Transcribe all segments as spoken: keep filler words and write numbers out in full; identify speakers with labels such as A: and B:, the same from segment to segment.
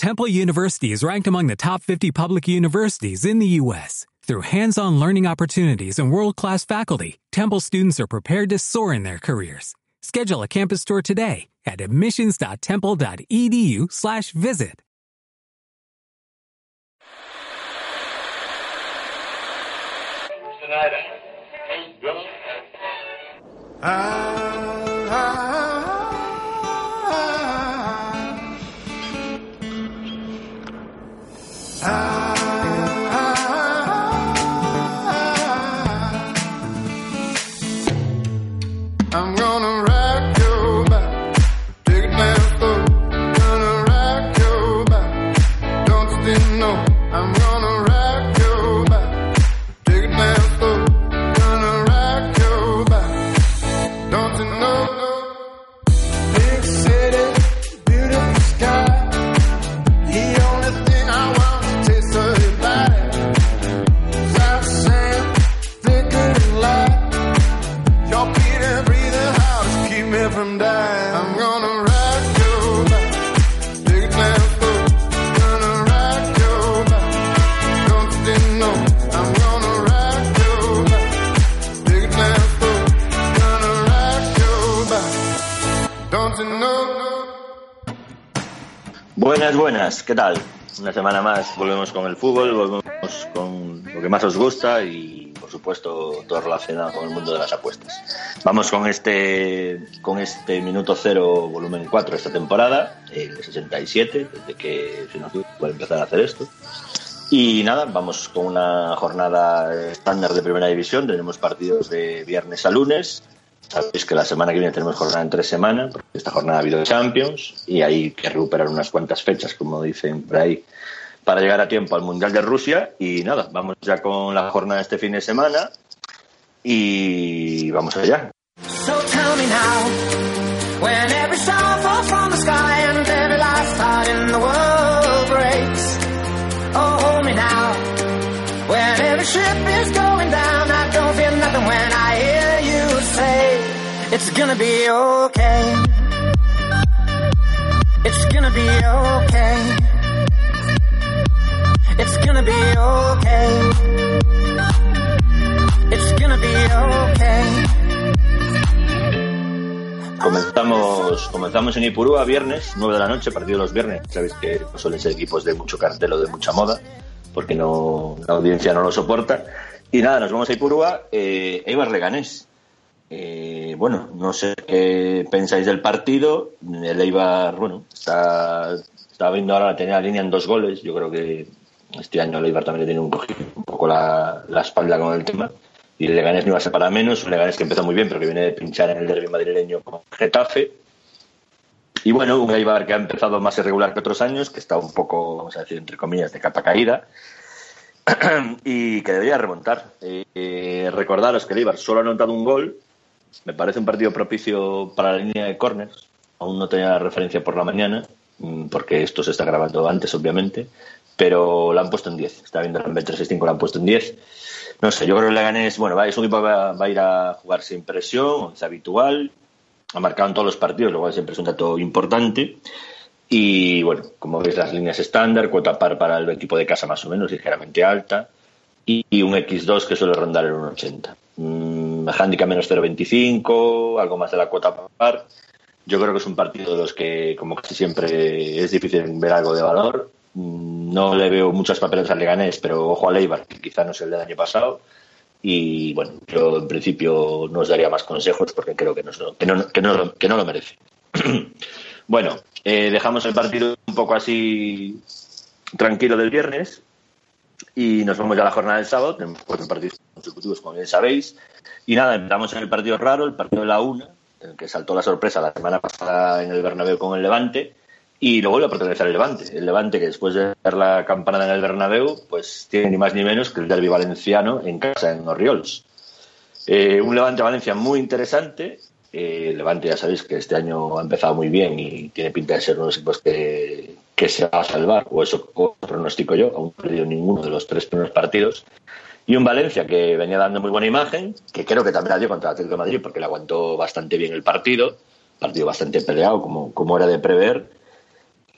A: Temple University is ranked among the top fifty public universities in the U S Through hands-on learning opportunities and world-class faculty, Temple students are prepared to soar in their careers. Schedule a campus tour today at admissions.temple.edu slash visit.
B: I'm gonna rock your back, take it down slow. Gonna rock your back, don't you think no? I'm gonna rock your back, take it down slow. Gonna rock your back, don't you know? Big city, beautiful sky. The only thing I want is to taste of your body. South sand, thicker than light. Your Peter breathing hard, keep me from dying. I'm gonna rock your back, take it down slow. Gonna rock your back, don't you think no? I'm gonna rock your back, take it down slow. Gonna rock your back, don't you know?
C: Buenas, buenas, ¿qué tal? Una semana más volvemos con el fútbol, volvemos con lo que más os gusta y, por supuesto, todo relacionado con el mundo de las apuestas. Vamos con este con este minuto cero, volumen cuatro de esta temporada, el sesenta y siete, desde que se nos dio para empezar a hacer esto. Y nada, vamos con una jornada estándar de primera división. Tenemos partidos de viernes a lunes. Sabéis que la semana que viene tenemos jornada en tres semanas, porque esta jornada ha habido Champions y hay que recuperar unas cuantas fechas, como dicen por ahí, para llegar a tiempo al Mundial de Rusia. Y nada, vamos ya con la jornada de este fin de semana y vamos allá.
D: So tell me now, when every star falls from the sky and every last heart in the world breaks. Oh, hold me now, when every ship is going down, I don't feel nothing when I hear you say, it's gonna be okay. It's gonna be okay. It's gonna be okay. It's gonna be okay.
C: Comenzamos, comenzamos en Ipurúa, viernes, nueve de la noche, partido los viernes. Sabéis que no suelen ser equipos de mucho cartel o de mucha moda, porque no la audiencia no lo soporta. Y nada, nos vamos a Ipurúa, eh, Eibar Leganés. Eh, bueno, no sé qué pensáis del partido. El Eibar, bueno, está, está viendo ahora tener la línea en dos goles. Yo creo que este año el Eibar también le tiene un, un poco la, la espalda con el tema. Y el Leganés no iba a ser para menos. Un Leganés que empezó muy bien, pero que viene de pinchar en el derbi madrileño con Getafe. Y bueno, un Eibar que ha empezado más irregular que otros años, que está un poco, vamos a decir, entre comillas, de capa caída. Y que debería remontar. Eh, eh, recordaros que el Eibar solo ha anotado un gol. Me parece un partido propicio para la línea de córners. Aún no tenía la referencia por la mañana, porque esto se está grabando antes, obviamente. Pero la han puesto en diez. Está viendo en B trescientos sesenta y cinco, la han puesto en diez. No sé, yo creo que el Leganés, bueno, va, es un equipo que va, va a ir a jugar sin presión, es habitual. Ha marcado en todos los partidos, lo cual siempre es un dato importante. Y bueno, como veis, las líneas estándar, cuota par para el equipo de casa más o menos, ligeramente alta. Y, y un equis dos que suele rondar el uno ochenta. Mm, handicap menos cero veinticinco, algo más de la cuota par. Yo creo que es un partido de los que, como casi siempre, es difícil ver algo de valor. No le veo muchas papeles al Leganés, pero ojo al Eibar, que quizá no es el del año pasado. Y bueno, yo en principio no os daría más consejos porque creo que no, que no, que no, que no lo merece. Bueno, eh, dejamos el partido un poco así tranquilo del viernes y nos vamos ya a la jornada del sábado. Tenemos cuatro partidos consecutivos, como bien sabéis. Y nada, empezamos en el partido raro, el partido de la una, en el que saltó la sorpresa la semana pasada en el Bernabéu con el Levante. Y lo vuelve a protagonizar el Levante. El Levante, que después de ver la campanada en el Bernabéu, pues tiene ni más ni menos que el derbi valenciano en casa, en Orriols. Eh, un Levante-Valencia muy interesante. Eh, el Levante, ya sabéis que este año ha empezado muy bien y tiene pinta de ser uno de los equipos que, que se va a salvar, o eso o pronostico yo. Aún no ha perdido ninguno de los tres primeros partidos. Y un Valencia que venía dando muy buena imagen, que creo que también la dio contra el Atlético de Madrid porque le aguantó bastante bien el partido. Partido bastante peleado, como, como era de prever.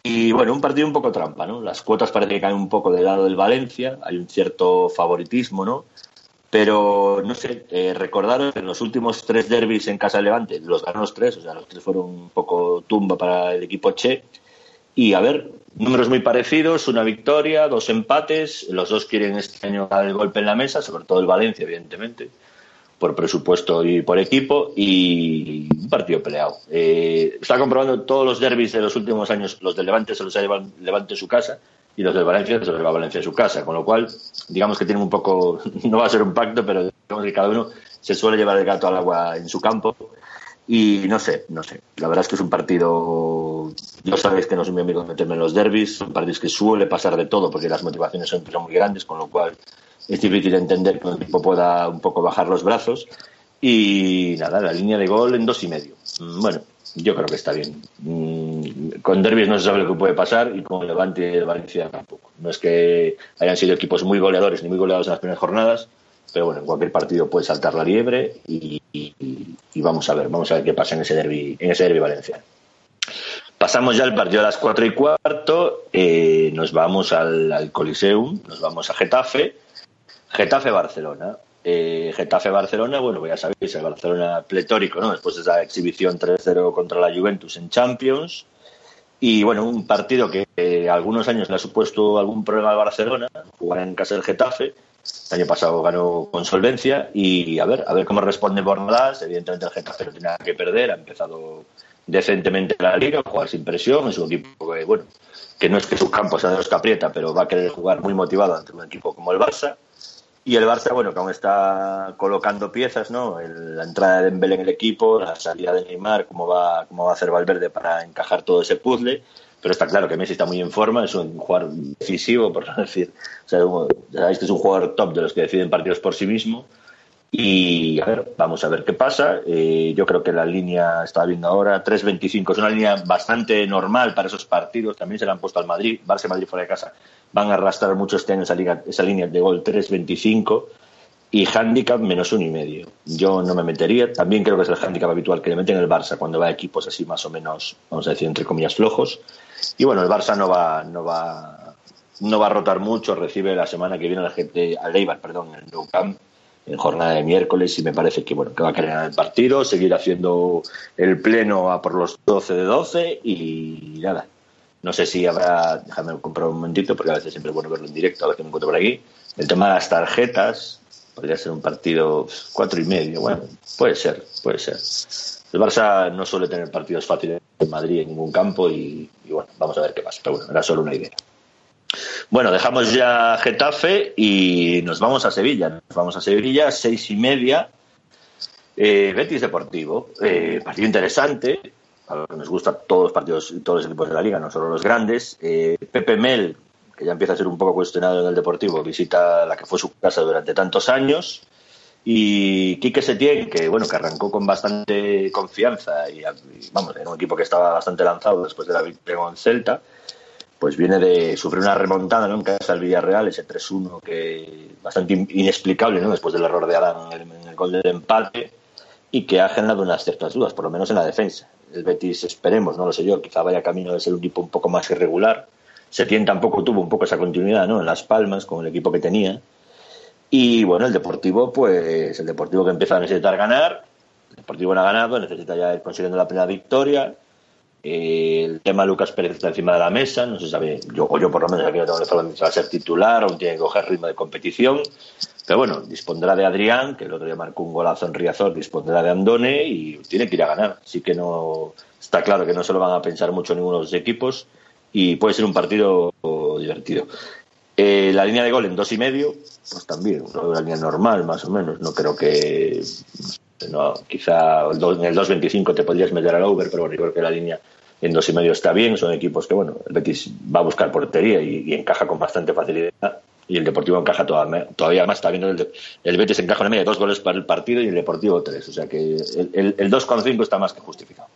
C: y bueno, un partido un poco trampa, ¿no? Las cuotas parece que caen un poco del lado del Valencia, hay un cierto favoritismo, ¿no? Pero, no sé, eh, recordaros que en los últimos tres derbis en casa de Levante los ganó los tres, o sea, los tres fueron un poco tumba para el equipo Che. Y, a ver, números muy parecidos, una victoria, dos empates, los dos quieren este año dar el golpe en la mesa, sobre todo el Valencia, evidentemente, por presupuesto y por equipo, y un partido peleado. Eh, está comprobando todos los derbis de los últimos años, los del Levante se los ha llevado Levante a su casa, y los del Valencia se los lleva Valencia a su casa, con lo cual, digamos que tienen un poco, no va a ser un pacto, pero digamos que cada uno se suele llevar el gato al agua en su campo. Y no sé, no sé. La verdad es que es un partido. Yo sabéis que no soy muy amigo de meterme en los derbis. Son partidos que suele pasar de todo porque las motivaciones son, son muy grandes, con lo cual es difícil entender que un equipo pueda un poco bajar los brazos. Y nada, la línea de gol en dos y medio. Bueno, yo creo que está bien. Con derbis no se sabe lo que puede pasar y con el Levante y el Valencia tampoco. No es que hayan sido equipos muy goleadores ni muy goleados en las primeras jornadas. Pero bueno, en cualquier partido puede saltar la liebre y, y, y vamos a ver, vamos a ver qué pasa en ese derbi, en ese derbi valenciano. Pasamos ya al partido a las cuatro y cuarto, eh, nos vamos al, al Coliseum, nos vamos a Getafe, Getafe-Barcelona. Eh, Getafe-Barcelona, bueno, pues ya sabéis, el Barcelona pletórico, ¿no? Después de esa exhibición tres cero contra la Juventus en Champions. Y bueno, un partido que eh, algunos años le ha supuesto algún problema al Barcelona, jugar en casa del Getafe. El año pasado ganó con solvencia y a ver, a ver cómo responde Bordalás. Evidentemente el Getafe no tiene nada que perder, ha empezado decentemente la Liga, juega sin presión, es un equipo que, bueno, que no es que su campo sea de los que aprieta, pero va a querer jugar muy motivado ante un equipo como el Barça. Y el Barça, bueno, que aún está colocando piezas, ¿no? El, la entrada de Dembélé en el equipo, la salida de Neymar, cómo va, cómo va a hacer Valverde para encajar todo ese puzzle. Pero está claro que Messi está muy en forma, es un jugador decisivo, por no decir. O sea, sabéis que es un jugador top de los que deciden partidos por sí mismo. Y a ver, vamos a ver qué pasa. Eh, yo creo que la línea, estaba viendo ahora, tres veinticinco, es una línea bastante normal para esos partidos. También se la han puesto al Madrid, Barça y Madrid fuera de casa. Van a arrastrar mucho este año esa, liga, esa línea de gol tres veinticinco. Y handicap menos uno y medio. Yo no me metería. También creo que es el handicap habitual que le meten el Barça cuando va a equipos así más o menos, vamos a decir, entre comillas, flojos. Y bueno, el Barça no va, no va, no va a rotar mucho. Recibe la semana que viene la gente, al Eibar, perdón, en el Nou Camp, en jornada de miércoles, y me parece que bueno, que va a querer ganar el partido, seguir haciendo el pleno a por los doce de doce y nada. No sé si habrá, déjame comprar un momentito porque a veces siempre es bueno verlo en directo, a ver qué me encuentro por aquí. El tema de las tarjetas. Podría ser un partido cuatro y medio. Bueno, puede ser, puede ser. El Barça no suele tener partidos fáciles en Madrid en ningún campo y, y bueno, vamos a ver qué pasa. Pero bueno, era solo una idea. Bueno, dejamos ya Getafe y nos vamos a Sevilla. Nos vamos a Sevilla, seis y media. Eh, Betis Deportivo. Eh, partido interesante. A lo que nos gustan todos los partidos y todos los equipos de la Liga, no solo los grandes. Eh, Pepe Mel, que ya empieza a ser un poco cuestionado en el Deportivo, visita la que fue su casa durante tantos años, y Quique Setién, que bueno, que arrancó con bastante confianza y, y vamos, era un equipo que estaba bastante lanzado después de la victoria con Celta, pues viene de sufrir una remontada, ¿no?, en casa del Villarreal, ese tres uno que bastante inexplicable, ¿no?, después del error de Adán en el, en el gol del empate, y que ha generado unas ciertas dudas, por lo menos en la defensa. El Betis, esperemos, no lo sé yo, quizá vaya camino de ser un equipo un poco más irregular. Setién tampoco tuvo un poco esa continuidad, ¿no?, en Las Palmas con el equipo que tenía. Y bueno, el Deportivo, pues el Deportivo que empieza a necesitar ganar. El Deportivo no ha ganado, necesita ya ir consiguiendo la primera victoria. Eh, el tema de Lucas Pérez está encima de la mesa, no se sabe, yo, o yo por lo menos aquí no tengo información si va a ser titular o tiene que coger ritmo de competición. Pero bueno, dispondrá de Adrián, que el otro día marcó un golazo en Riazor, dispondrá de Andone y tiene que ir a ganar. Así que no está claro que no se lo van a pensar mucho ninguno de los equipos. Y puede ser un partido divertido. Eh, la línea de gol en dos y medio, pues también, una línea normal, más o menos. No creo que, no, quizá en el dos veinticinco te podrías meter al over, pero bueno, yo creo que la línea en dos y medio está bien. Son equipos que, bueno, el Betis va a buscar portería y, y encaja con bastante facilidad. Y el Deportivo encaja todavía, todavía más. Está viendo el, el Betis encaja una media de dos goles para el partido y el Deportivo tres. O sea que el, el, el dos coma cinco está más que justificado.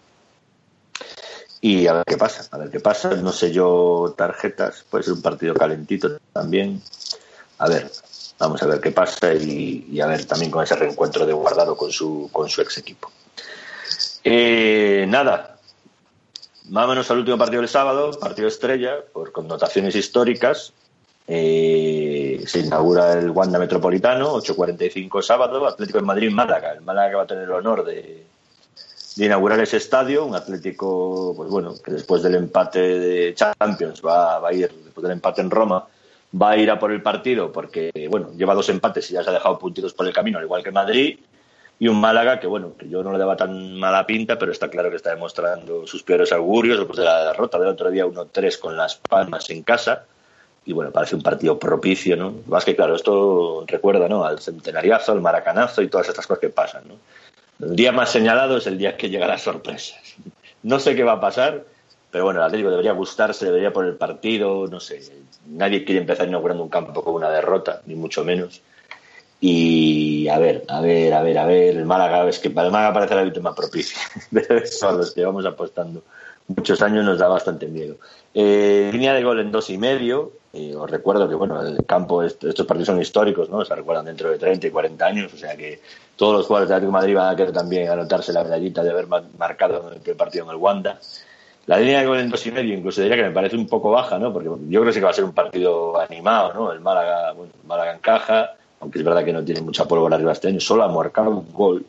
C: Y a ver qué pasa, a ver qué pasa. No sé yo, tarjetas, puede ser un partido calentito también. A ver, vamos a ver qué pasa y, y a ver también con ese reencuentro de Guardado con su con su ex equipo. Eh, nada, vámonos al último partido del sábado, partido estrella, por connotaciones históricas. Eh, se inaugura el Wanda Metropolitano, ocho cuarenta y cinco sábado, Atlético de Madrid-Málaga. El Málaga va a tener el honor de, de inaugurar ese estadio, un Atlético, pues bueno, que después del empate de Champions va, va a ir, después del empate en Roma, va a ir a por el partido porque, bueno, lleva dos empates y ya se ha dejado puntitos por el camino, al igual que Madrid, y un Málaga que, bueno, que yo no le daba tan mala pinta, pero está claro que está demostrando sus peores augurios después de la derrota del otro día uno tres con Las Palmas en casa. Y bueno, parece un partido propicio, ¿no? Más que claro, esto recuerda, ¿no?, al centenariazo, al maracanazo y todas estas cosas que pasan, ¿no? El día más señalado es el día que llega las sorpresas. No sé qué va a pasar, pero bueno, el Atlético debería gustarse, debería por el partido, no sé. Nadie quiere empezar inaugurando un campo con una derrota, ni mucho menos. Y a ver, a ver, a ver, a ver, el Málaga, es que para el Málaga parece la víctima propicia. De eso a los que vamos apostando muchos años nos da bastante miedo. Eh, línea de gol en dos y medio. Eh, os recuerdo que, bueno, el campo, estos partidos son históricos, ¿no? Se recuerdan dentro de treinta y cuarenta años, o sea que todos los jugadores de Atlético de Madrid van a querer también anotarse la medallita de haber marcado el partido en el Wanda. La línea de gol en dos y medio, incluso diría que me parece un poco baja, ¿no? Porque yo creo que va a ser un partido animado, ¿no? El Málaga, bueno, el Málaga encaja, aunque es verdad que no tiene mucha pólvora arriba este año, solo ha marcado un gol.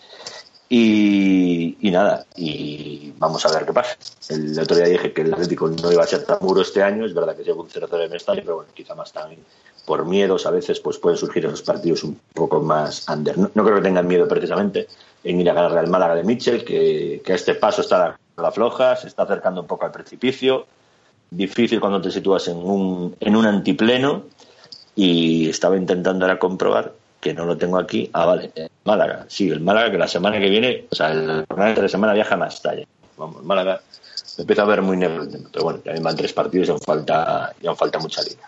C: Y, y nada, y vamos a ver qué pasa. El otro día dije que el Atlético no iba a ser tan duro este año, es verdad que lleva un cero cero en el estadio, pero bueno, quizá más también por miedos a veces pues pueden surgir esos partidos un poco más under. No, no creo que tengan miedo precisamente en ir a ganar al Málaga de Mitchell, que, que a este paso está a la floja, se está acercando un poco al precipicio, difícil cuando te sitúas en un, en un antipleno, y estaba intentando ahora comprobar que no lo tengo aquí. Ah, vale, el Málaga. Sí, el Málaga, que la semana que viene, o sea, el jornada de semana viaja a Mestalla. Vamos, el Málaga me empieza a ver muy negro el tema. Pero bueno, también van tres partidos y aún falta, y aún falta mucha liga.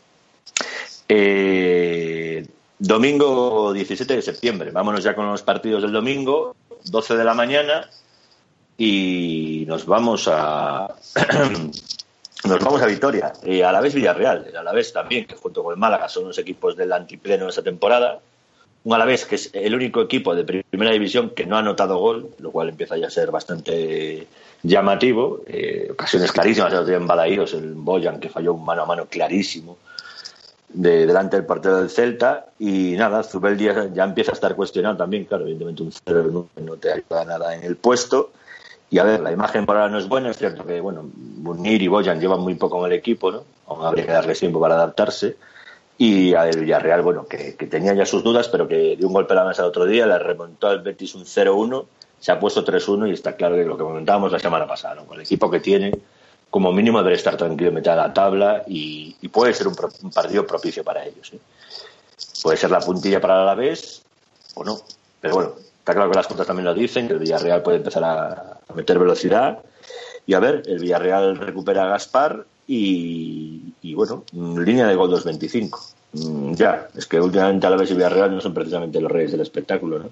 C: Eh, domingo diecisiete de septiembre. Vámonos ya con los partidos del domingo, doce de la mañana, y nos vamos a... Nos vamos a Vitoria, eh, Alavés Villarreal, el Alavés también, que junto con el Málaga son los equipos del antipleno de esta temporada. Un Alavés que es el único equipo de primera división que no ha anotado gol, lo cual empieza ya a ser bastante llamativo. Eh, ocasiones clarísimas, el otro día en Balaídos, el Boyan, que falló un mano a mano clarísimo de, delante del portero del Celta. Y nada, Zubeldia ya empieza a estar cuestionado también, claro, evidentemente un cero no, no te ayuda nada en el puesto. Y a ver, la imagen por ahora no es buena, es cierto que, bueno, Munir y Boyan llevan muy poco en el equipo, ¿no? Aún habría que darles tiempo para adaptarse. Y a el Villarreal, bueno, que, que tenía ya sus dudas, pero que dio un golpe a la mesa el otro día, le remontó al Betis un cero uno, se ha puesto tres uno y está claro que lo que comentábamos la semana pasada, ¿no? Con el equipo que tiene, como mínimo debería estar tranquilo, meter a la tabla y, y puede ser un, pro, un partido propicio para ellos, ¿eh? Puede ser la puntilla para el Alavés o no, pero bueno, está claro que las cuentas también lo dicen, que el Villarreal puede empezar a a meter velocidad. Y a ver, el Villarreal recupera a Gaspar y, y bueno, línea de gol dos veinticinco. Mm, ya, es que últimamente Alavés y Villarreal no son precisamente los reyes del espectáculo, ¿no?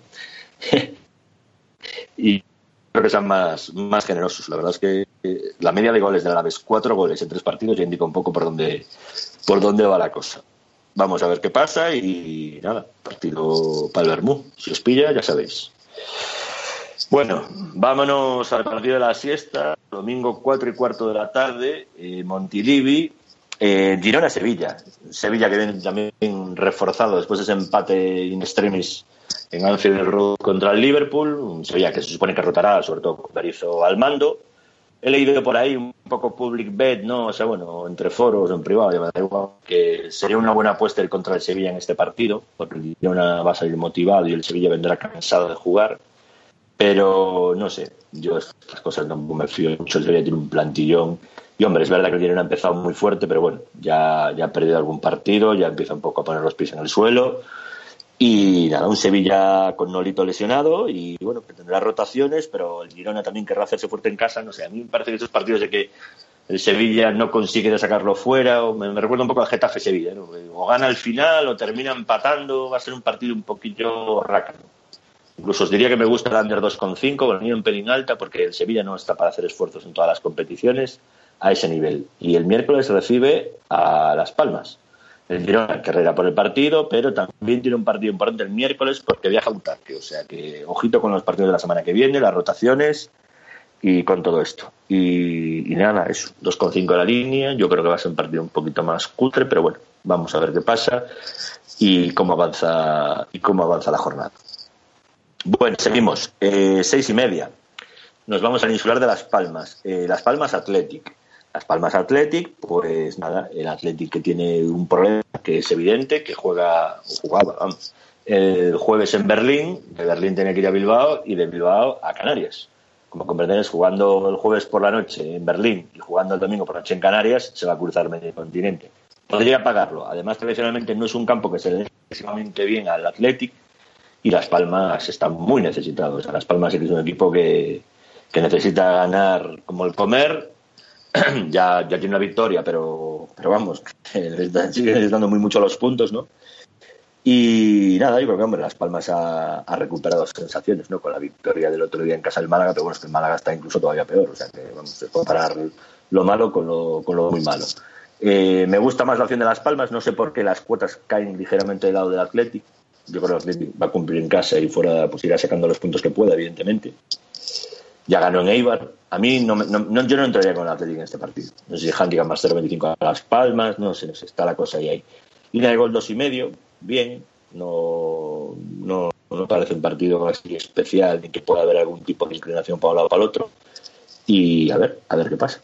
C: Y creo que sean más, más generosos. La verdad es que la media de goles del Alavés, cuatro goles en tres partidos, ya indica un poco por dónde, por dónde va la cosa. Vamos a ver qué pasa y nada, partido para el Bermú. Si os pilla, ya sabéis. Bueno, vámonos al partido de la siesta, domingo cuatro y cuarto de la tarde, eh, Montilivi, eh, Girona-Sevilla. Sevilla que viene también reforzado después de ese empate in extremis en Anfield Road contra el Liverpool, un Sevilla que se supone que rotará, sobre todo con Berizzo al mando. He leído por ahí un poco public bet, ¿no? O sea, bueno, entre foros, en privado, ya me da igual, que sería una buena apuesta ir contra el Sevilla en este partido, porque el Girona va a salir motivado y el Sevilla vendrá cansado de jugar. Pero no sé, yo estas cosas no me fío mucho. El Sevilla tiene un plantillón y hombre, es verdad que el Girona ha empezado muy fuerte, pero bueno, ya, ya ha perdido algún partido, ya empieza un poco a poner los pies en el suelo y nada, un Sevilla con Nolito lesionado y bueno, que tendrá rotaciones, pero el Girona también querrá hacerse fuerte en casa. No sé, a mí me parece que esos partidos de que el Sevilla no consigue sacarlo fuera, o me, me recuerda un poco al Getafe-Sevilla, ¿no? O gana al final o termina empatando, va a ser un partido un poquillo rácano. Incluso os diría que me gusta el under dos coma cinco, con el niño un pelín alta, porque el Sevilla no está para hacer esfuerzos en todas las competiciones a ese nivel. Y el miércoles recibe a Las Palmas. El Girona carrera por el partido, pero también tiene un partido importante el miércoles porque viaja a Utaque. O sea que ojito con los partidos de la semana que viene, las rotaciones y con todo esto. Y, y nada, eso, dos coma cinco la línea. Yo creo que va a ser un partido un poquito más cutre, pero bueno, vamos a ver qué pasa y cómo avanza y cómo avanza la jornada. Bueno, seguimos. Eh, seis y media. Nos vamos al insular de Las Palmas. Eh, Las Palmas Athletic. Las Palmas Athletic, pues nada, el Athletic que tiene un problema que es evidente, que juega, jugaba, vamos, el jueves en Berlín, de Berlín tiene que ir a Bilbao y de Bilbao a Canarias. Como comprenderéis, jugando el jueves por la noche en Berlín y jugando el domingo por la noche en Canarias, se va a cruzar medio continente. Podría pagarlo. Además, tradicionalmente no es un campo que se le dé excesivamente bien al Athletic y Las Palmas están muy necesitados. O sea, Las Palmas es un equipo que, que necesita ganar como el comer. ya, ya tiene una victoria, pero, pero vamos, sigue necesitando muy mucho los puntos, ¿no? Y nada, yo creo que, hombre, Las Palmas ha, ha recuperado sensaciones, ¿no? Con la victoria del otro día en casa del Málaga, pero bueno, es que el Málaga está incluso todavía peor, o sea que vamos a comparar lo malo con lo, con lo muy malo. Eh, me gusta más la opción de Las Palmas, no sé por qué las cuotas caen ligeramente del lado del Athletic. Yo creo que el Athletic va a cumplir en casa y fuera, pues irá sacando los puntos que pueda, evidentemente. Ya ganó en Eibar. A mí no, no, no yo no entraría con el Athletic en este partido. No sé si handicap más cero coma veinticinco a Las Palmas, no sé, no sé, está la cosa ahí ahí. Línea de gol dos y medio, bien, no, no, no parece un partido así especial ni que pueda haber algún tipo de inclinación para un lado o para el otro. Y a ver, a ver qué pasa.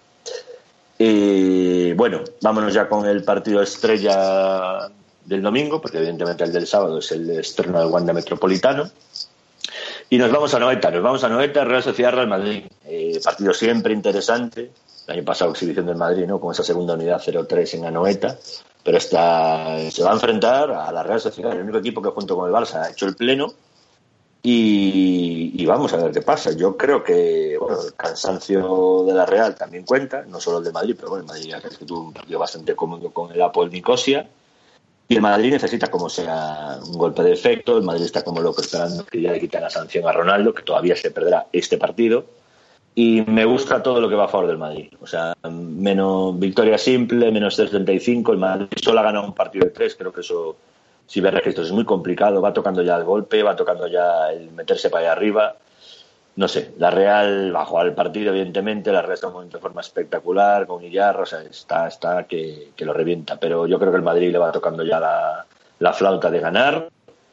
C: Eh, bueno, vámonos ya con el partido estrella del domingo, porque evidentemente el del sábado es el estreno del Wanda Metropolitano. Y nos vamos a Noeta, nos vamos a Noeta, Real Sociedad Real Madrid. Eh, partido siempre interesante. El año pasado exhibición del Madrid, ¿no? Con esa segunda unidad cero tres en Anoeta. Pero esta, se va a enfrentar a la Real Sociedad, el único equipo que junto con el Barça ha hecho el pleno. Y, y vamos a ver qué pasa. Yo creo que bueno, el cansancio de la Real también cuenta, no solo el de Madrid, pero bueno, el Madrid ya crees que tuvo un partido bastante cómodo con el Apoel Nicosia. Y el Madrid necesita como sea un golpe de efecto. El Madrid está como loco esperando que ya le quiten la sanción a Ronaldo, que todavía se perderá este partido. Y me gusta todo lo que va a favor del Madrid. O sea, menos victoria simple, menos tres treinta y cinco. El Madrid solo ha ganado un partido de tres. Creo que eso, si ves registros, es muy complicado. Va tocando ya el golpe, va tocando ya el meterse para allá arriba. No sé, la Real va a jugar el partido, evidentemente. La Real está en un momento de forma espectacular, con Illarra, o sea, está, está que, que lo revienta. Pero yo creo que el Madrid le va tocando ya la, la flauta de ganar.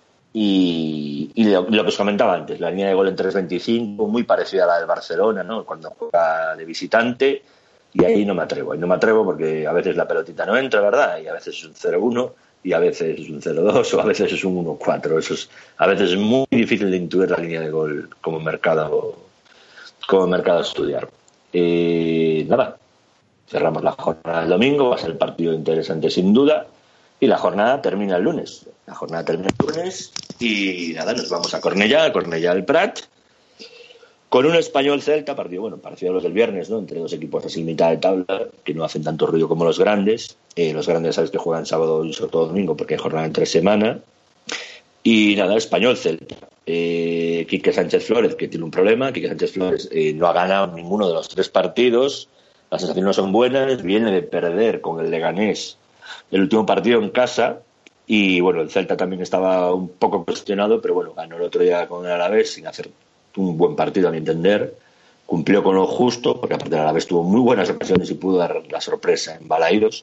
C: Y, y lo, lo que os comentaba antes, la línea de gol en tres veinticinco, muy parecida a la del Barcelona, ¿no? Cuando juega de visitante. Y ahí no me atrevo, ahí no me atrevo porque a veces la pelotita no entra, ¿verdad? Y a veces es un cero uno. Y a veces es un cero dos o a veces es un uno cuatro. Eso es, a veces es muy difícil de intuir la línea de gol como mercado, como mercado a estudiar. Eh, nada, cerramos la jornada del domingo, va a ser el partido interesante sin duda, y la jornada termina el lunes. La jornada termina el lunes y nada, nos vamos a Cornellá, a Cornellá del Prat, con un Español Celta, partido bueno, parecido a los del viernes, ¿no? Entre dos equipos así mitad de tabla, que no hacen tanto ruido como los grandes. Eh, los grandes sabes que juegan sábado y sobre todo domingo porque hay jornada entre semana. Y nada, Español Celta. Eh, Quique Sánchez Flores, que tiene un problema. Quique Sánchez Flores eh, no ha ganado ninguno de los tres partidos. Las sensaciones no son buenas. Viene de perder con el Leganés el último partido en casa. Y bueno, el Celta también estaba un poco cuestionado, pero bueno, ganó el otro día con el Alavés sin hacer un buen partido a mi entender, cumplió con lo justo, porque aparte de la vez tuvo muy buenas ocasiones y pudo dar la sorpresa en Balaidos.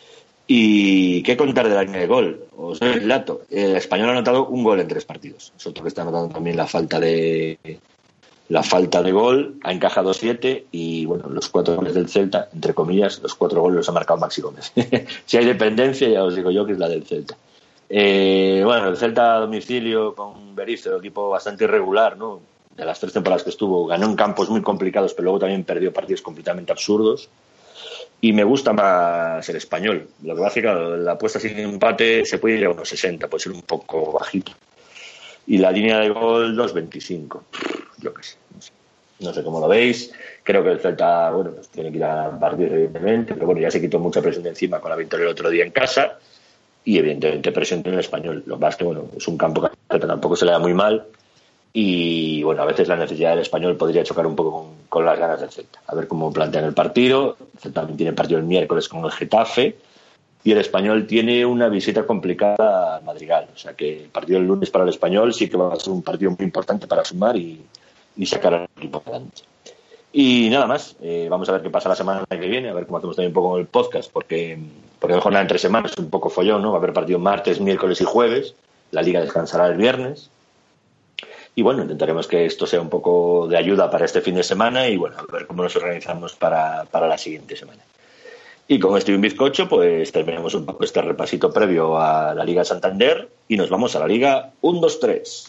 C: Y qué contar de la línea de gol, os doy el dato, el Español ha anotado un gol en tres partidos, es otro que está anotando también la falta de la falta de gol, ha encajado siete y bueno, los cuatro goles del Celta, entre comillas, los cuatro goles los ha marcado Maxi Gómez. Si hay dependencia, ya os digo yo que es la del Celta. Eh, bueno, el Celta a domicilio con Berizzo, un equipo bastante irregular, ¿no? De las tres temporadas que estuvo, ganó en campos muy complicados, pero luego también perdió partidos completamente absurdos. Y me gusta más el Español. Lo que pasa es que, claro, la apuesta sin empate se puede ir a unos sesenta, puede ser un poco bajito. Y la línea de gol, dos veinticinco. Yo qué sé, no sé. No sé cómo lo veis. Creo que el Celta, bueno, pues tiene que ir a partir, evidentemente, pero bueno, ya se quitó mucha presión de encima con la victoria el otro día en casa. Y evidentemente presión en el Español. Lo que pasa es que, bueno, es un campo que al Celta tampoco se le da muy mal. Y bueno, a veces la necesidad del Español podría chocar un poco con, con las ganas del Celta. A ver cómo plantean el partido. El Celta también tiene partido el miércoles con el Getafe. Y el Español tiene una visita complicada al Madrigal. O sea que el partido del lunes para el Español sí que va a ser un partido muy importante para sumar y, y sacar al equipo adelante. Y nada más, eh, vamos a ver qué pasa la semana que viene, a ver cómo hacemos también un poco con el podcast, porque, porque la jornada en tres semanas es un poco follón, ¿no? Va a haber partido martes, miércoles y jueves, la Liga descansará el viernes. Y bueno, intentaremos que esto sea un poco de ayuda para este fin de semana y bueno, a ver cómo nos organizamos para, para la siguiente semana. Y con este y un bizcocho, pues terminamos un poco este repasito previo a la Liga Santander y nos vamos a la Liga uno dos tres.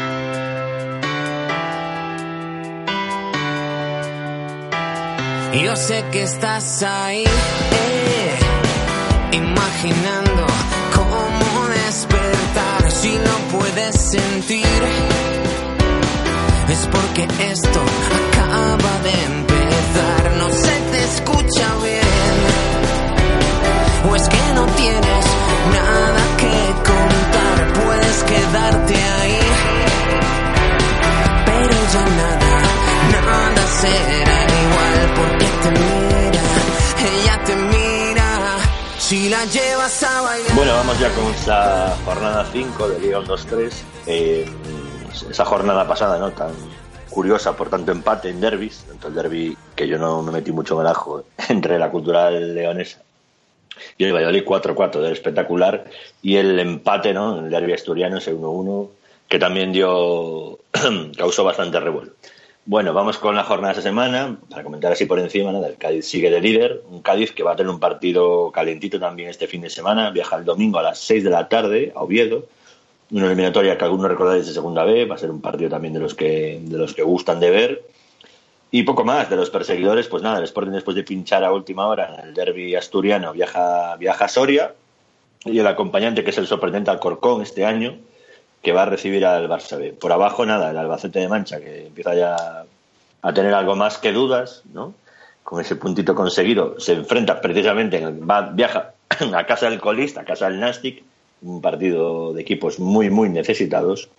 D: Yo sé que estás ahí, eh, imaginando cómo despertar si no puedes sentir. Es porque esto acaba de empezar, no se te escucha bien. O es que no tienes nada que contar, puedes quedarte ahí. Pero ya nada, nada será igual porque te mira, ella te mira, si la llevas a bailar.
C: Bueno, vamos ya con esta jornada cinco de Liga uno dos tres. Eh, esa jornada pasada, ¿no? Tan curiosa por tanto empate en derbis, tanto el derbi que yo no me metí mucho en el ajo entre la Cultural leonesa y el Valladolid cuatro cuatro del espectacular y el empate, ¿no? En el derbi asturiano ese uno uno que también dio causó bastante revuelo. Bueno, vamos con la jornada de esa semana para comentar así por encima, ¿no? El Cádiz sigue de líder, un Cádiz que va a tener un partido calentito también este fin de semana, viaja el domingo a las seis de la tarde a Oviedo. Una eliminatoria que algunos recordáis de segunda B, va a ser un partido también de los que de los que gustan de ver. Y poco más, de los perseguidores, pues nada, el Sporting después de pinchar a última hora en el derbi asturiano viaja, viaja a Soria, y el acompañante, que es el sorprendente Alcorcón este año, que va a recibir al Barça B. Por abajo, nada, el Albacete de Mancha, que empieza ya a tener algo más que dudas, ¿no? Con ese puntito conseguido, se enfrenta precisamente, va, viaja a casa del colista, a casa del Nastic, un partido de equipos muy, muy necesitados.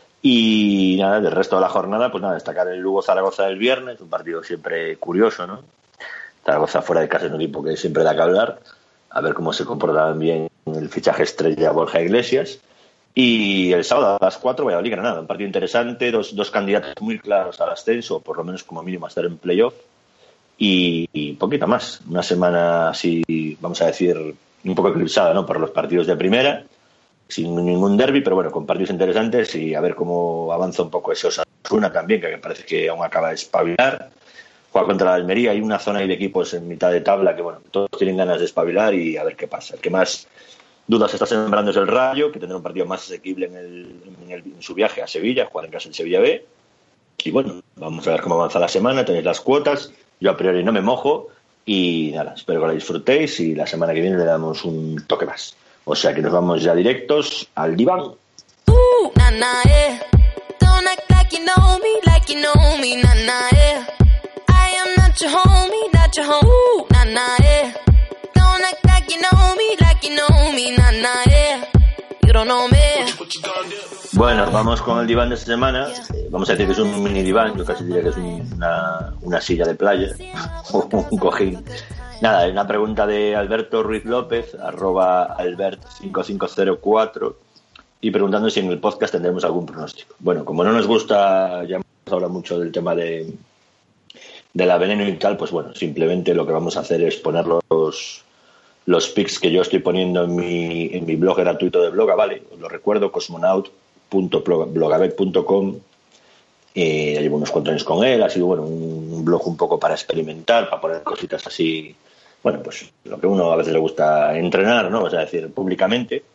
C: Y nada, del resto de la jornada, pues nada, destacar el Lugo-Zaragoza del viernes, un partido siempre curioso, ¿no? Zaragoza fuera de casa es un equipo que siempre da que hablar, a ver cómo se comporta bien el fichaje estrella Borja Iglesias. Y el sábado a las cuatro, Valladolid-Granada, un partido interesante, dos, dos candidatos muy claros al ascenso, por lo menos como mínimo a estar en playoff, y, y poquito más. Una semana así, vamos a decir, un poco eclipsada, ¿no? Por los partidos de primera, sin ningún derbi, pero bueno, con partidos interesantes y a ver cómo avanza un poco ese Osasuna también, que me parece que aún acaba de espabilar. Juega contra la Almería, hay una zona ahí de equipos en mitad de tabla que, bueno, todos tienen ganas de espabilar y a ver qué pasa. El que más dudas está sembrando es el Rayo, que tendrá un partido más asequible en, el, en, el, en su viaje a Sevilla, jugar en casa en Sevilla B. Y bueno, vamos a ver cómo avanza la semana, tenéis las cuotas, yo a priori no me mojo y nada, espero que la disfrutéis y la semana que viene le damos un toque más. O sea que nos vamos ya directos al diván.
D: Uh, nah, nah, eh. Don't act like you know me, like you know me, nah, nah, eh. I am not your homie, not your home. Ooh, nah, nah, eh. Don't act like you know me, like you know me, nah, nah, eh. You don't know me.
C: Bueno, vamos con el diván de esta semana. Eh, vamos a decir que es un mini diván, yo casi diría que es un, una, una silla de playa o un cojín. Nada, una pregunta de Alberto Ruiz López, arroba albert cinco cinco cero cuatro, y preguntando si en el podcast tendremos algún pronóstico. Bueno, como no nos gusta, ya hemos hablado mucho del tema de, de la veneno y tal, pues bueno, simplemente lo que vamos a hacer es poner los, los pics que yo estoy poniendo en mi, en mi blog gratuito de Bloga, ¿vale? Os lo recuerdo, cosmonaut punto blogabet punto com. Eh, llevo unos cuantos años con él, ha sido bueno un, un blog un poco para experimentar, para poner cositas así, bueno, pues lo que uno a veces le gusta entrenar, ¿no? O sea, decir, públicamente.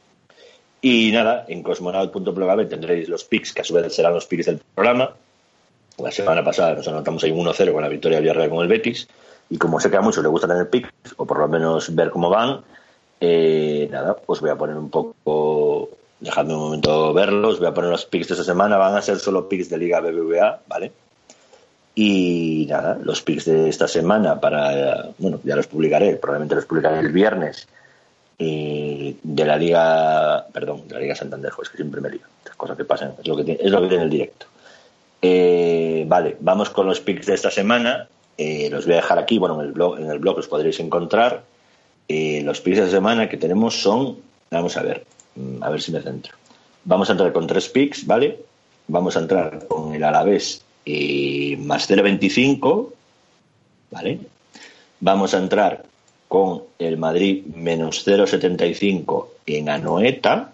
C: Y nada, en cosmonaut punto blogabet tendréis los picks, que a su vez serán los picks del programa. La semana pasada nos anotamos ahí un uno cero con la victoria del Villarreal con el Betis, y como sé que a muchos les gusta tener picks, o por lo menos ver cómo van, eh, nada, pues voy a poner un poco... Dejadme un momento verlos, voy a poner los picks de esta semana, van a ser solo picks de Liga B B V A, ¿vale? Y nada, los picks de esta semana para, bueno, ya los publicaré, probablemente los publicaré el viernes, y de la Liga, perdón, de la Liga Santander, es que siempre me lío, estas cosas que pasan, es lo que tiene, es lo que tiene el directo. Eh, vale, vamos con los picks de esta semana, eh, los voy a dejar aquí, bueno, en el blog, en el blog los podréis encontrar. Eh, los picks de esta semana que tenemos son, vamos a ver, a ver si me centro. Vamos a entrar con tres picks, ¿vale? Vamos a entrar con el Alavés eh, más cero coma veinticinco, ¿vale? Vamos a entrar con el Madrid menos cero coma setenta y cinco en Anoeta.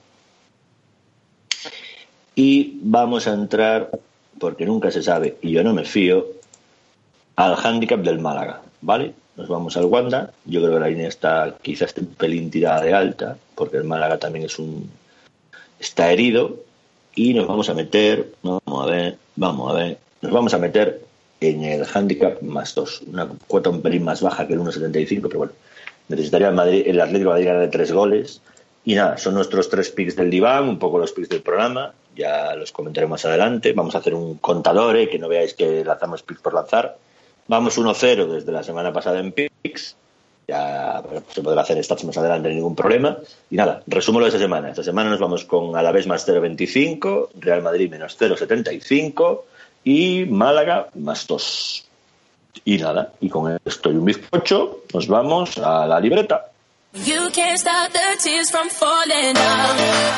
C: Y vamos a entrar, porque nunca se sabe, y yo no me fío, al hándicap del Málaga, ¿vale? Nos vamos al Wanda. Yo creo que la línea está quizás un pelín tirada de alta, porque el Málaga también es un está herido. Y nos vamos a meter, vamos a ver, vamos a ver, nos vamos a meter en el hándicap más dos, una cuota un pelín más baja que el uno coma setenta y cinco, pero bueno, necesitaría el, Madrid, el Atlético de Madrid ganar de tres goles. Y nada, son nuestros tres picks del diván, un poco los picks del programa, ya los comentaré más adelante. Vamos a hacer un contador, eh, que no veáis que lanzamos picks por lanzar. Vamos uno cero desde la semana pasada en picks, ya bueno, se podrá hacer stats más adelante, ningún problema. Y nada, resumo lo de esta semana. Esta semana nos vamos con Alavés más cero coma veinticinco, Real Madrid menos cero coma setenta y cinco y Málaga más dos. Y nada, y con esto y un bizcocho nos vamos a la libreta.
D: You can't stop the tears from falling down.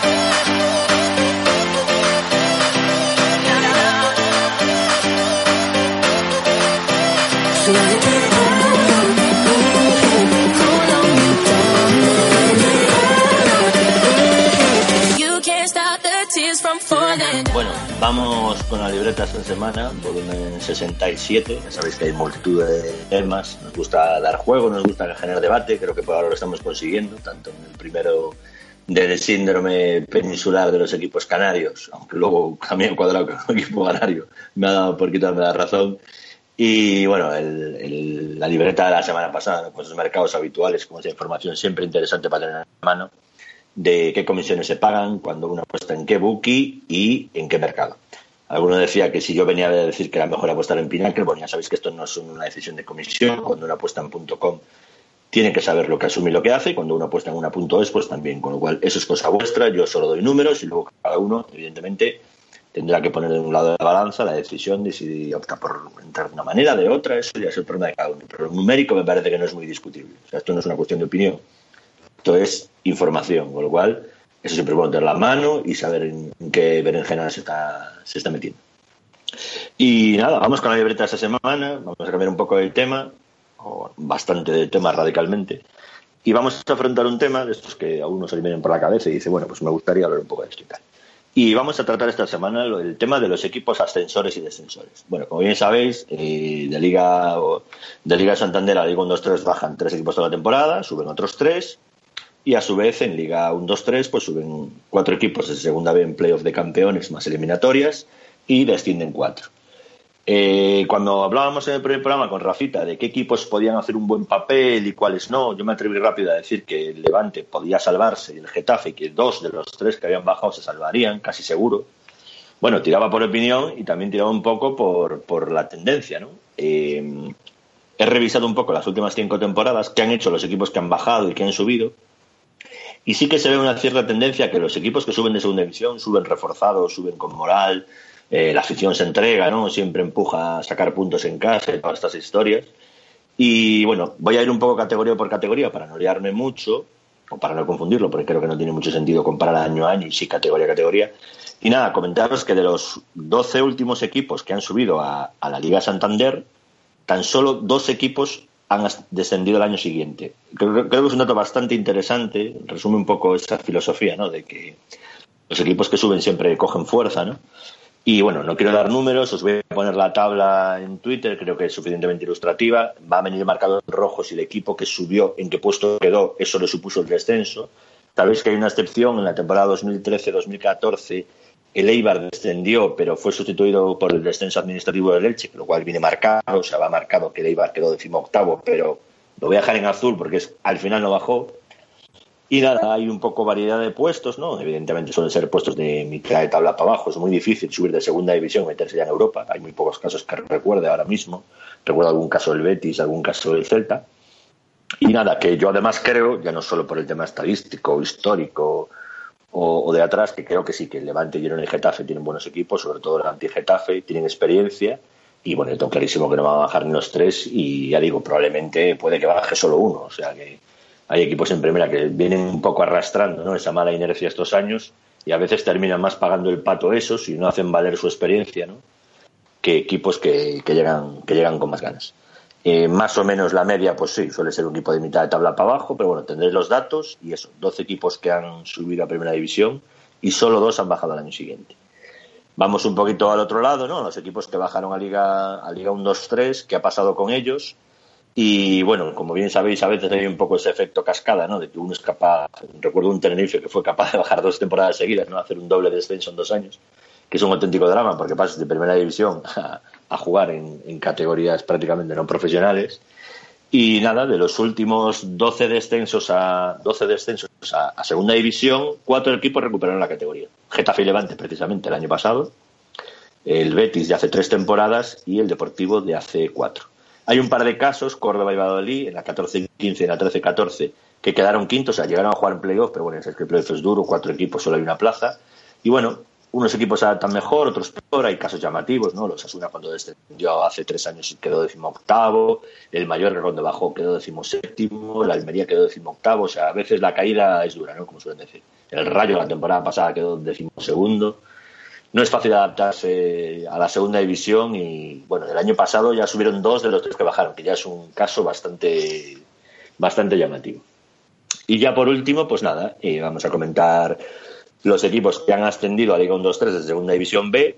C: Bueno, vamos con la libreta esta semana, volumen sesenta y siete. Ya sabéis que hay multitud de temas. Nos gusta dar juego, nos gusta generar debate. Creo que por ahora lo estamos consiguiendo, tanto en el primero del síndrome peninsular de los equipos canarios, aunque luego también cuadrado con el equipo canario me ha dado por quitarme la razón. Y bueno, el, el, la libreta de la semana pasada, ¿no? Con esos mercados habituales, con esa información siempre interesante para tener en mano, de qué comisiones se pagan, cuando uno apuesta en qué bookie y en qué mercado. Alguno decía que si yo venía a decir que era mejor apostar en Pinnacle, bueno, ya sabéis que esto no es una decisión de comisión. Cuando uno apuesta en punto com tiene que saber lo que asume y lo que hace, y cuando uno apuesta en una punto es, pues también, con lo cual eso es cosa vuestra. Yo solo doy números y luego cada uno, evidentemente, tendrá que poner de un lado de la balanza la decisión de si opta por entrar de una manera, de otra. Eso ya es el problema de cada uno, pero el numérico me parece que no es muy discutible. O sea, esto no es una cuestión de opinión, esto es información, con lo cual eso siempre es bueno tener la mano y saber en, en qué berenjena se está, se está metiendo. Y nada, vamos con la libreta de esta semana. Vamos a cambiar un poco el tema, o bastante de tema radicalmente, y vamos a afrontar un tema de estos que a uno se le vienen por la cabeza y dice, bueno, pues me gustaría hablar un poco de esto y tal. Y vamos a tratar esta semana el tema de los equipos ascensores y descensores. Bueno, como bien sabéis, eh, de Liga de Liga Santander a la Liga uno dos tres bajan tres equipos toda la temporada, suben otros tres, y a su vez en Liga uno dos tres pues suben cuatro equipos de segunda B en playoff de campeones más eliminatorias y descienden cuatro. Eh, cuando hablábamos en el primer programa con Rafita de qué equipos podían hacer un buen papel y cuáles no, yo me atreví rápido a decir que el Levante podía salvarse y el Getafe, y que dos de los tres que habían bajado se salvarían, casi seguro. Bueno, tiraba por opinión y también tiraba un poco por, por la tendencia, ¿no? Eh, he revisado un poco las últimas cinco temporadas que han hecho los equipos que han bajado y que han subido, y sí que se ve una cierta tendencia que los equipos que suben de segunda división suben reforzados, suben con moral. Eh, la afición se entrega, ¿no? Siempre empuja a sacar puntos en casa y todas estas historias. Y bueno, voy a ir un poco categoría por categoría para no liarme mucho, o para no confundirlo, porque creo que no tiene mucho sentido comparar año a año y sí categoría a categoría. Y nada, comentaros que de los doce últimos equipos que han subido a, a la Liga Santander, tan solo dos equipos han descendido el año siguiente. Creo, creo que es un dato bastante interesante, resume un poco esa filosofía, ¿no? De que los equipos que suben siempre cogen fuerza, ¿no? Y bueno, no quiero dar números, os voy a poner la tabla en Twitter, creo que es suficientemente ilustrativa. Va a venir marcado en rojo si el equipo que subió, en qué puesto quedó, eso le supuso el descenso. Sabéis que hay una excepción, en la temporada dos mil trece dos mil catorce el Eibar descendió, pero fue sustituido por el descenso administrativo del Elche, lo cual viene marcado, o sea, va marcado que el Eibar quedó decimoctavo, pero lo voy a dejar en azul porque es, al final no bajó. Y nada, hay un poco variedad de puestos, ¿no? Evidentemente suelen ser puestos de mitad de tabla para abajo. Es muy difícil subir de segunda división y meterse ya en Europa. Hay muy pocos casos que recuerde ahora mismo. Recuerdo algún caso del Betis, algún caso del Celta. Y nada, que yo además creo, ya no solo por el tema estadístico, histórico o, o de atrás, que creo que sí, que el Levante, Girona y Getafe tienen buenos equipos, sobre todo el Levante y Getafe, tienen experiencia. Y bueno, yo tengo clarísimo que no van a bajar ni los tres y ya digo, probablemente puede que baje solo uno. O sea que hay equipos en primera que vienen un poco arrastrando, ¿no?, esa mala inercia estos años y a veces terminan más pagando el pato esos y no hacen valer su experiencia, ¿no? que equipos que, que llegan que llegan con más ganas. Eh, más o menos la media, pues sí, suele ser un equipo de mitad de tabla para abajo, pero bueno, tendréis los datos y eso, doce equipos que han subido a Primera División y solo dos han bajado al año siguiente. Vamos un poquito al otro lado, ¿no? Los equipos que bajaron a Liga a Liga uno dos tres, ¿qué ha pasado con ellos? Y bueno, como bien sabéis, a veces hay un poco ese efecto cascada, ¿no? De que uno es capaz, recuerdo un Tenerife que fue capaz de bajar dos temporadas seguidas, ¿no? Hacer un doble descenso en dos años, que es un auténtico drama, porque pasas de Primera División a, a jugar en, en categorías prácticamente no profesionales. Y nada, de los últimos doce descensos a doce descensos a, a Segunda División, cuatro equipos recuperaron la categoría. Getafe y Levante, precisamente, el año pasado, el Betis de hace tres temporadas y el Deportivo de hace cuatro. Hay un par de casos, Córdoba y Valladolid, en la catorce quince y en la trece catorce, que quedaron quintos, o sea, llegaron a jugar en playoff, pero bueno, es que el playoff es duro, cuatro equipos, solo hay una plaza. Y bueno, unos equipos adaptan mejor, otros peor, hay casos llamativos, ¿no? Los Osasuna cuando descendió hace tres años quedó decimoctavo, el Mallorca cuando bajó quedó decimoséptimo, la Almería quedó decimoctavo, o sea, a veces la caída es dura, ¿no? Como suelen decir. El Rayo la temporada pasada quedó decimosegundo. No es fácil adaptarse a la Segunda División y, bueno, el año pasado ya subieron dos de los tres que bajaron, que ya es un caso bastante, bastante llamativo. Y ya por último, pues nada, eh, vamos a comentar los equipos que han ascendido a Liga uno dos tres de Segunda División B.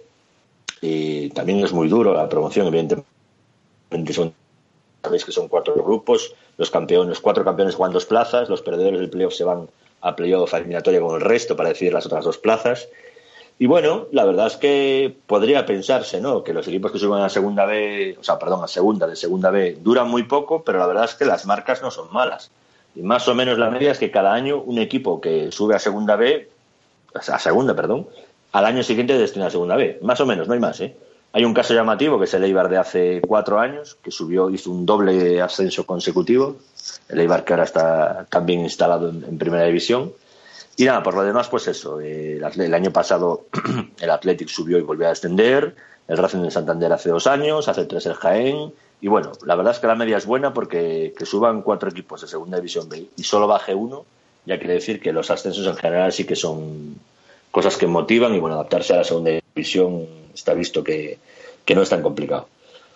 C: Y también es muy duro la promoción, evidentemente. Son, sabéis que son cuatro grupos, los campeones, cuatro campeones juegan dos plazas, los perdedores del playoff se van a playoff eliminatoria con el resto para decidir las otras dos plazas. Y bueno, la verdad es que podría pensarse, ¿no?, que los equipos que suben a Segunda B, o sea, perdón, a Segunda de Segunda B duran muy poco, pero la verdad es que las marcas no son malas. Y más o menos la media es que cada año un equipo que sube a Segunda B, a Segunda, perdón, al año siguiente destina a Segunda B. Más o menos, no hay más, ¿eh? Hay un caso llamativo que es el Eibar de hace cuatro años, que subió, hizo un doble ascenso consecutivo. El Eibar que ahora está también instalado en, en Primera División. Y nada, por lo demás, pues eso. Eh, el, el año pasado el Athletic subió y volvió a descender. El Racing de Santander hace dos años, hace tres el Jaén. Y bueno, la verdad es que la media es buena porque que suban cuatro equipos de Segunda División B y solo baje uno, ya quiere decir que los ascensos en general sí que son cosas que motivan y bueno, adaptarse a la Segunda División está visto que, que no es tan complicado.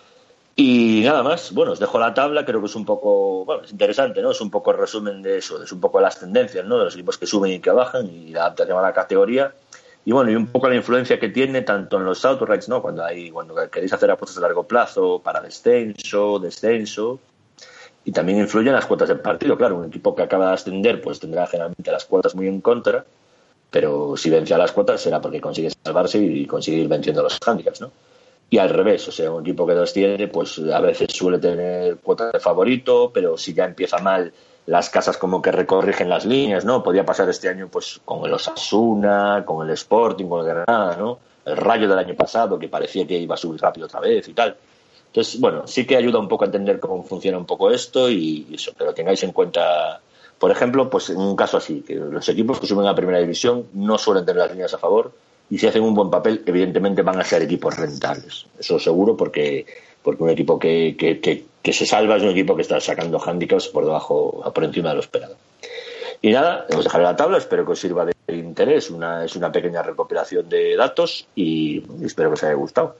C: Y nada más, bueno, os dejo la tabla, creo que es un poco, bueno, es interesante, ¿no? Es un poco el resumen de eso, es un poco las tendencias, ¿no?, de los equipos que suben y que bajan y la adaptación a la categoría. Y bueno, y un poco la influencia que tiene tanto en los outrights, ¿no?, cuando hay, cuando queréis hacer apuestas a largo plazo para descenso, descenso. Y también influyen las cuotas del partido. Claro, un equipo que acaba de ascender pues tendrá generalmente las cuotas muy en contra, pero si vence a las cuotas será porque consigue salvarse y consigue ir venciendo los handicaps, ¿no? Y al revés, o sea, un equipo que desciende pues a veces suele tener cuotas de favorito, pero si ya empieza mal, las casas como que recorrigen las líneas, ¿no? Podía pasar este año pues con el Osasuna, con el Sporting, con el Granada, ¿no? El Rayo del año pasado, que parecía que iba a subir rápido otra vez y tal. Entonces, bueno, sí que ayuda un poco a entender cómo funciona un poco esto y eso, pero tengáis en cuenta, por ejemplo, pues en un caso así, que los equipos que suben a Primera División no suelen tener las líneas a favor y si hacen un buen papel, evidentemente van a ser equipos rentables. Eso seguro, porque porque un equipo que, que, que, que se salva es un equipo que está sacando handicaps por debajo, por encima de lo esperado. Y nada, os dejaré la tabla, espero que os sirva de interés, una, es una pequeña recopilación de datos y espero que os haya gustado.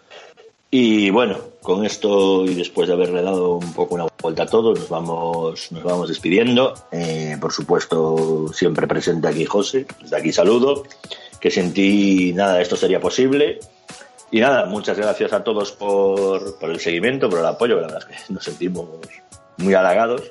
C: Y bueno, con esto y después de haberle dado un poco una vuelta a todo, nos vamos nos vamos despidiendo. Eh, por supuesto, siempre presente aquí José, desde aquí saludo, que sin ti nada, esto sería posible. Y nada, muchas gracias a todos por, por el seguimiento, por el apoyo, que la verdad es que nos sentimos muy halagados.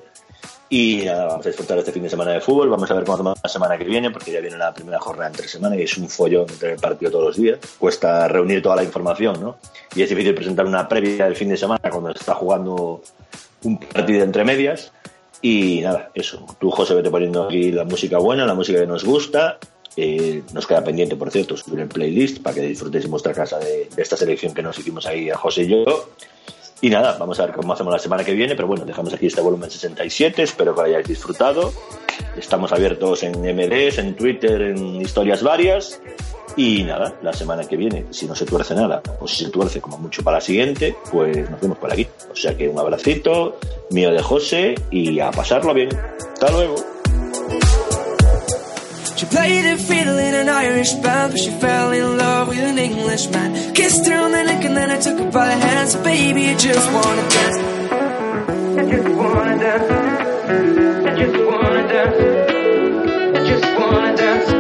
C: Y nada, vamos a disfrutar este fin de semana de fútbol. Vamos a ver cómo hacemos la semana que viene, porque ya viene la primera jornada entre semana y es un follón tener el partido todos los días. Cuesta reunir toda la información, ¿no? Y es difícil presentar una previa del fin de semana cuando se está jugando un partido entre medias. Y nada, eso. Tú, José, vete poniendo aquí la música buena, la música que nos gusta. Eh, nos queda pendiente, por cierto, subir el playlist para que disfrutéis en vuestra casa de, de esta selección que nos hicimos ahí a José y yo. Y nada, vamos a ver cómo hacemos la semana que viene, pero bueno, dejamos aquí este volumen sesenta y siete, espero que lo hayáis disfrutado. Estamos abiertos en M Ds, en Twitter, en historias varias. Y nada, la semana que viene, si no se tuerce nada, o si se tuerce como mucho para la siguiente, pues nos vemos por aquí. O sea que un abracito mío de José y a pasarlo bien. Hasta luego.
E: She played the fiddle in an Irish band, but she fell in love with an Englishman. Kissed her on the neck and then I took her by the hands. Baby, I just wanna dance. I just wanna dance. I just wanna dance. I just wanna dance.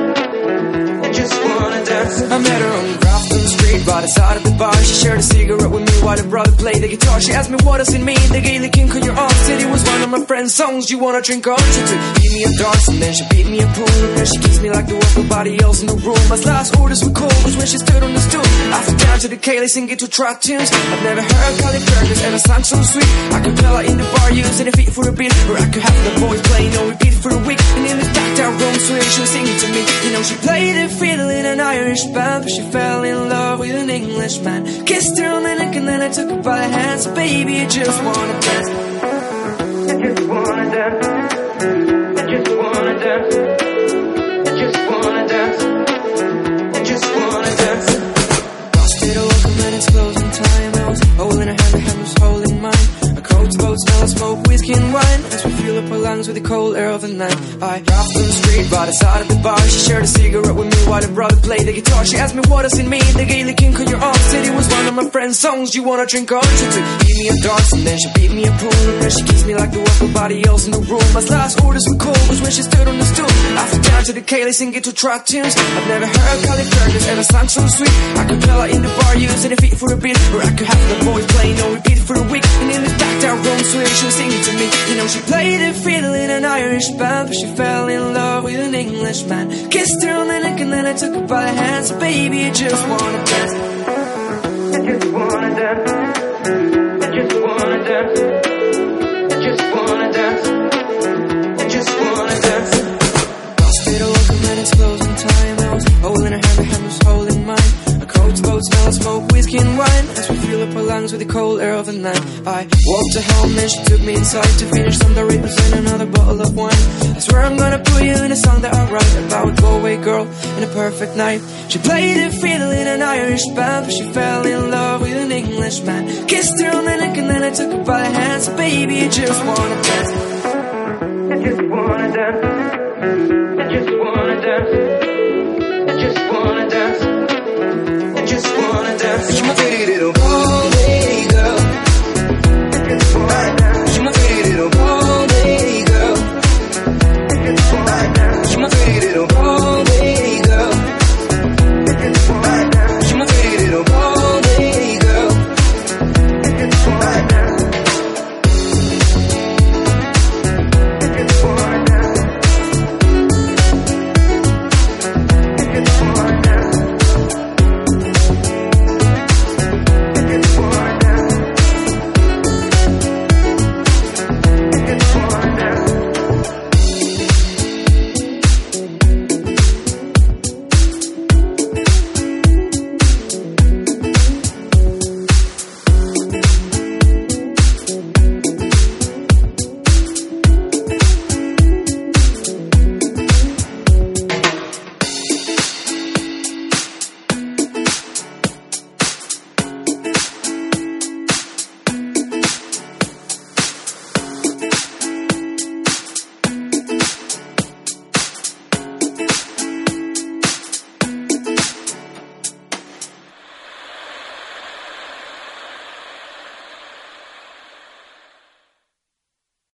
E: I just wanna dance. I met her on Grafton Street, by the side of the bar. She shared a cigarette with me while her brother played the guitar. She asked me what does it mean, the Gaelic ink on your arm. Said it was one of my friend's songs. You wanna drink on? She took beat me a dance and then she beat me a pool. And then she kissed me like there was nobody else in the room. My last orders were cold was when she stood on the stool. I sat down to the Gaelic singing to track tunes. I've never heard Cali Fergus ever sang so sweet. I could tell her in the bar using a feet for a beat, or I could have the boys playing on repeat for a week. And in the packed out room, so she was singing to me. You know she played the fiddle in an Irish band, but she fell in love with an Englishman. Kissed her on the neck and then I took her by the hands. Baby, I just wanna dance. I just wanna dance. I just wanna dance. I just wanna dance. I just wanna dance. Hospital open and it's closing time. I was holding her hand, her hand was holding mine. A cold boat smell of smoke, whiskey and wine, as we fill up our lungs with the cold air of the night. I dropped on the street by the side of the bar. She shared a cigarette with me while her brother played the guitar. She asked me what does it mean, the Gaelic ink on your arm. Said it was one of my friend's songs. You wanna drink on? She took beat me a dance and then she beat me a pool. And then she kissed me like there was nobody else in the room. My last orders were cold was when she stood on the stool. I sat down to the Gaelic singing to track tunes. I've never heard Cali Fergus ever sang so sweet. I could tell her in the bar using a feet for a beat, or I could have the boys playing on repeat for a week. And in the packed out room, so she was singing to me. You know she played the fiddle in an Irish band, but she fell in love with an Englishman. Kissed her on the neck and then I took her by the hands. Baby, I just wanna dance. I just wanna dance. I just wanna dance. I just wanna dance. I just wanna dance. Hospital open and it's closing time. I was holding her hand, her hand was holding mine. A cold boat smell of smoke, whiskey and wine, as we fill up our lungs with the cold air of the night. I walked her home and she took me inside to finish some Doritos and another bottle of wine. I swear I'm gonna put you in a song that I write about a Galway girl and a perfect night. She played the fiddle in an Irish band, but she fell in love with an Englishman. Kissed her on the neck and then I took her by the hands. Baby, I just wanna dance. I just wanna dance. I just wanna dance. I just wanna dance. I just wanna dance. You're my pretty little Galway girl. I just wanna dance. You're my pretty little Galway girl. I just wanna dance. You're my pretty little Galway girl.